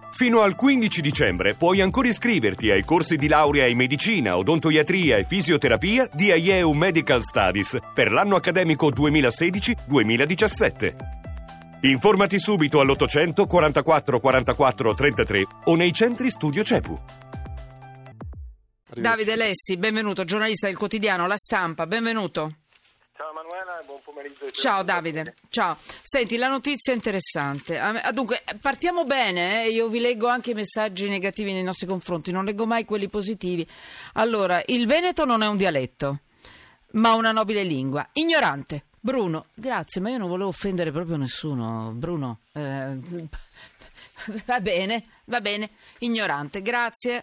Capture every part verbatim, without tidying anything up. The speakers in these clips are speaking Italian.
Fino al quindici dicembre puoi ancora iscriverti ai corsi di laurea in medicina, odontoiatria e fisioterapia di Aieu Medical Studies per l'anno accademico duemilasedici duemiladiciassette. Informati subito all'ottocento quarantaquattro quarantaquattro trentatré o nei centri studio CEPU. Davide Lessi, benvenuto, giornalista del quotidiano La Stampa, benvenuto. Ciao Emanuela e buon pomeriggio. Ciao Davide, ciao. Senti, la notizia è interessante. Dunque, partiamo bene, eh? Io vi leggo anche i messaggi negativi nei nostri confronti, non leggo mai quelli positivi. Allora, il Veneto non è un dialetto, ma una nobile lingua. Ignorante. Bruno, grazie, ma io non volevo offendere proprio nessuno, Bruno. Eh, va bene, va bene. Ignorante, grazie.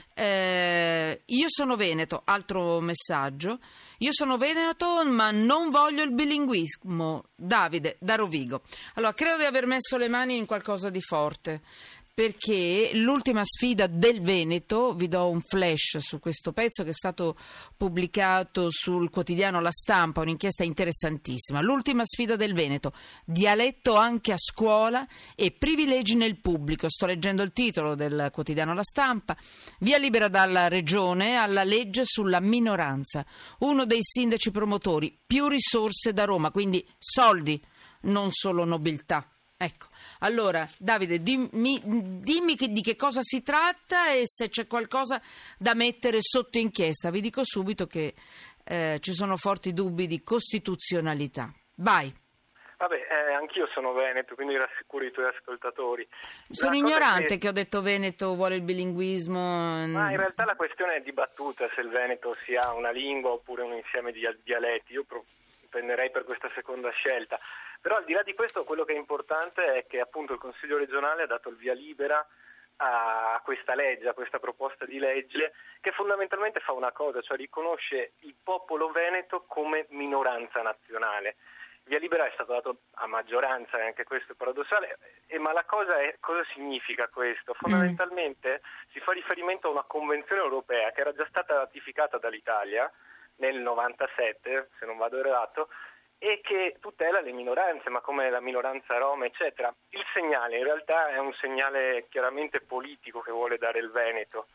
Eh, io sono veneto, altro messaggio. Io sono veneto, ma non voglio il bilinguismo. Davide, da Rovigo. Allora, credo di aver messo le mani in qualcosa di forte, perché l'ultima sfida del Veneto, vi do un flash su questo pezzo che è stato pubblicato sul quotidiano La Stampa, un'inchiesta interessantissima. L'ultima sfida del Veneto, dialetto anche a scuola e privilegi nel pubblico. Sto leggendo il titolo del quotidiano La Stampa. Via libera dalla regione alla legge sulla minoranza. Uno dei sindaci promotori, più risorse da Roma, quindi soldi, non solo nobiltà. Ecco, allora Davide, dimmi, dimmi che, di che cosa si tratta e se c'è qualcosa da mettere sotto inchiesta. Vi dico subito che eh, ci sono forti dubbi di costituzionalità. Vai. Vabbè, eh, anch'io sono veneto, quindi rassicuro i tuoi ascoltatori. Sono la ignorante che... che ho detto Veneto vuole il bilinguismo. Ma in realtà la questione è dibattuta se il Veneto sia una lingua oppure un insieme di dialetti. Io pro... prenderei per questa seconda scelta. Però al di là di questo, quello che è importante è che appunto il Consiglio regionale ha dato il via libera a questa legge, a questa proposta di legge che fondamentalmente fa una cosa, cioè riconosce il popolo veneto come minoranza nazionale. Il via libera è stato dato a maggioranza, e anche questo è paradossale, e, ma la cosa è, cosa significa questo? Fondamentalmente mm. si fa riferimento a una convenzione europea che era già stata ratificata dall'Italia nel novantasette, se non vado errato, e che tutela le minoranze, ma come la minoranza rom, eccetera. Il segnale in realtà è un segnale chiaramente politico che vuole dare il Veneto.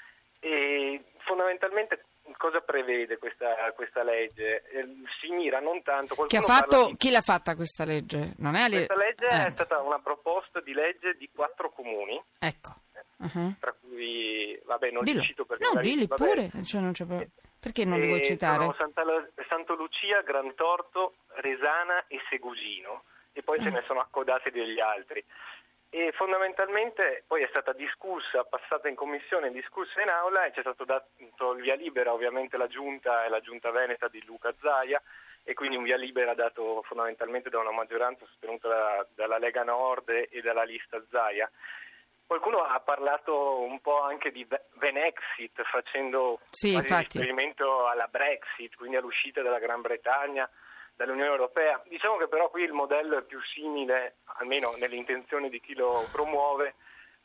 E fondamentalmente cosa prevede questa, questa legge? Eh, si mira non tanto... Che ha fatto, di... Chi l'ha fatta questa legge? Non è Questa legge eh. è stata una proposta di legge di quattro comuni. Ecco. Uh-huh. Tra cui, vabbè, non Dillo. li cito perché... No, magari, dilli vabbè, pure, cioè non c'è proprio... Perché non li vuoi citare? Sono Santa, Santo Lucia, Grantorto, Resana e Segugino, e poi mm. se ne sono accodati degli altri. E fondamentalmente poi è stata discussa, passata in commissione, discussa in aula, e c'è stato dato il via libera, ovviamente la giunta è la giunta veneta di Luca Zaia, e quindi un via libera dato fondamentalmente da una maggioranza sostenuta da, dalla Lega Nord e dalla lista Zaia. Qualcuno ha parlato un po' anche di Venexit, facendo sì, riferimento alla Brexit, quindi all'uscita della Gran Bretagna dall'Unione Europea. Diciamo che però qui il modello è più simile, almeno nelle intenzioni di chi lo promuove,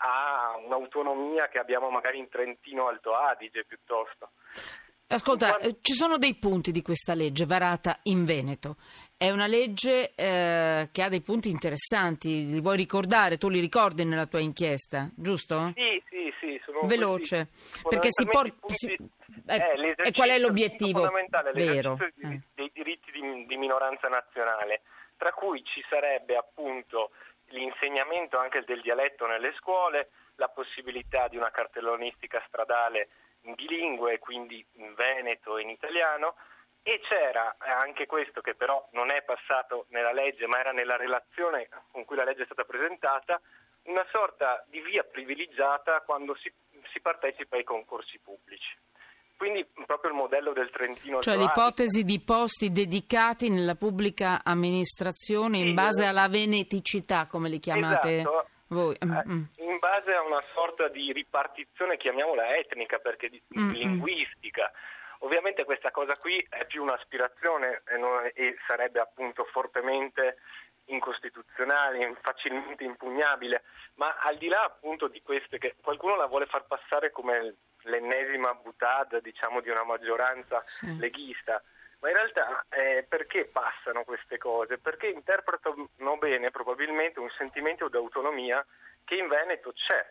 a un'autonomia che abbiamo magari in Trentino Alto Adige piuttosto. Ascolta, Quando... ci sono dei punti di questa legge varata in Veneto. È una legge eh, che ha dei punti interessanti, li vuoi ricordare? Tu li ricordi nella tua inchiesta, giusto? Sì, sì, sì. Sono veloce, questi, perché si porta... Eh, e qual è l'obiettivo fondamentale? vero? L'esercizio Eh. dei diritti di, di minoranza nazionale, tra cui ci sarebbe appunto l'insegnamento anche del dialetto nelle scuole, la possibilità di una cartellonistica stradale in bilingue, quindi in veneto e in italiano, e c'era anche questo che però non è passato nella legge ma era nella relazione con cui la legge è stata presentata, una sorta di via privilegiata quando si, si partecipa ai concorsi pubblici. Quindi proprio il modello del Trentino. Cioè l'ipotesi di posti dedicati nella pubblica amministrazione in sì, base alla veneticità, come li chiamate esatto. voi. Mm. In base a una sorta di ripartizione, chiamiamola etnica, perché di, mm. linguistica. Ovviamente questa cosa qui è più un'aspirazione e, non, e sarebbe appunto fortemente incostituzionale, facilmente impugnabile, ma al di là appunto di queste che qualcuno la vuole far passare come l'ennesima boutade, diciamo, di una maggioranza sì. leghista, ma in realtà eh, perché passano queste cose? Perché interpretano bene probabilmente un sentimento di autonomia che in Veneto c'è,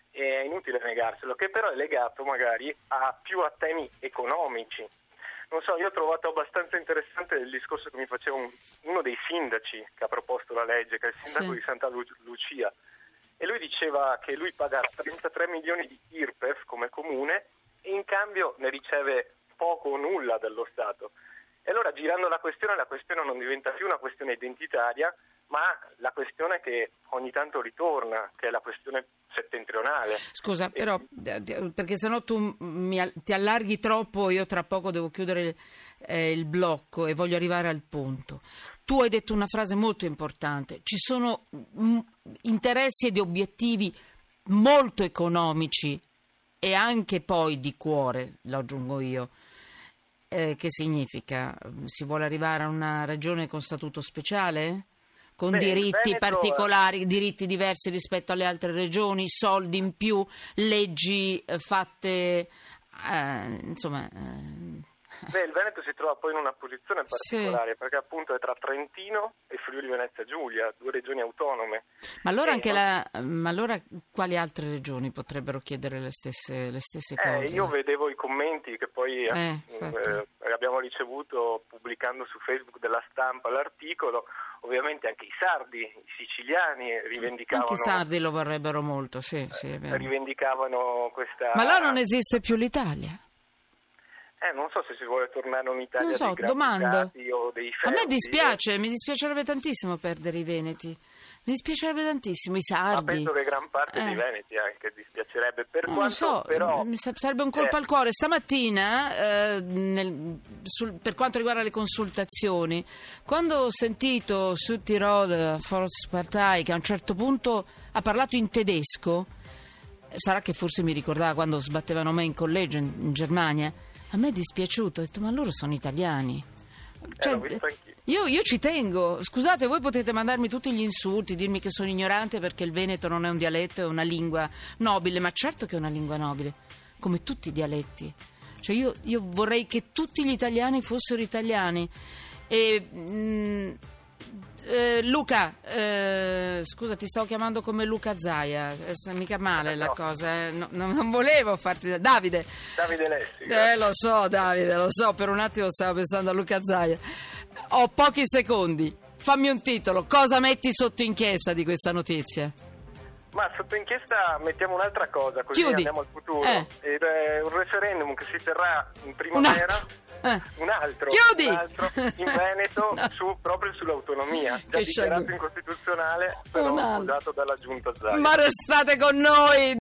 è inutile negarselo, che però è legato magari a più a temi economici. Non so, io ho trovato abbastanza interessante il discorso che mi faceva un, uno dei sindaci che ha proposto la legge, che è il sindaco sì. di Santa Lu- Lucia, e lui diceva che lui paga trentatré milioni di I R P E F come comune e in cambio ne riceve poco o nulla dallo Stato. E allora, girando la questione, la questione non diventa più una questione identitaria, ma la questione che ogni tanto ritorna, che è la questione settentrionale. Scusa, e... però, perché sennò tu mi, ti allarghi troppo, io tra poco devo chiudere eh, il blocco e voglio arrivare al punto. Tu hai detto una frase molto importante, ci sono m- interessi ed obiettivi molto economici e anche poi di cuore, lo aggiungo io. Eh, che significa? Si vuole arrivare a una regione con statuto speciale? Con Beh, diritti Veneto... particolari, diritti diversi rispetto alle altre regioni, soldi in più, leggi eh, fatte, eh, insomma... Eh. Beh, il Veneto si trova poi in una posizione particolare, sì. perché appunto è tra Trentino e Friuli Venezia Giulia, due regioni autonome. Ma allora, e anche non... la, ma allora quali altre regioni potrebbero chiedere le stesse, le stesse eh, cose? Io vedevo i commenti che poi eh, eh, abbiamo ricevuto pubblicando su Facebook della Stampa l'articolo. Ovviamente anche i sardi, i siciliani rivendicavano... Anche i sardi lo vorrebbero molto, sì, sì, è vero. Rivendicavano questa... Ma allora non esiste più l'Italia? Eh, non so se si vuole tornare a un'Italia non so, dei domando. o dei A me feudi. dispiace, mi dispiacerebbe tantissimo perdere i veneti. Mi dispiacerebbe tantissimo i sardi. Ma penso che gran parte eh. dei veneti anche dispiacerebbe. Per non quanto, so, però, mi sarebbe un colpo eh. al cuore. Stamattina, eh, nel, sul, per quanto riguarda le consultazioni, quando ho sentito Südtirol Volkspartei che a un certo punto ha parlato in tedesco, sarà che forse mi ricordava quando sbattevano me in collegio in, in Germania. A me è dispiaciuto, ho detto ma loro sono italiani. Cioè, eh, l'ho visto anch'io. Io, io ci tengo, scusate, voi potete mandarmi tutti gli insulti, dirmi che sono ignorante perché il veneto non è un dialetto, è una lingua nobile, ma certo che è una lingua nobile, come tutti i dialetti. Cioè io, io vorrei che tutti gli italiani fossero italiani. E mh, eh, Luca, eh, scusa, ti stavo chiamando come Luca Zaia, è mica male la no. cosa, eh. no, no, non volevo farti... Davide. Davide Lessi. Eh, lo so Davide, lo so, per un attimo stavo pensando a Luca Zaia. Ho pochi secondi, fammi un titolo, cosa metti sotto inchiesta di questa notizia? Ma sotto inchiesta mettiamo un'altra cosa, così Chiudi. andiamo al futuro. Eh. Ed è un referendum che si terrà in primavera, un altro, eh. un altro, Chiudi. un altro in Veneto, No. su, proprio sull'autonomia, già Che dichiarato sciagura. incostituzionale, però Un altro. scusato dalla giunta Zaia. Ma restate con noi!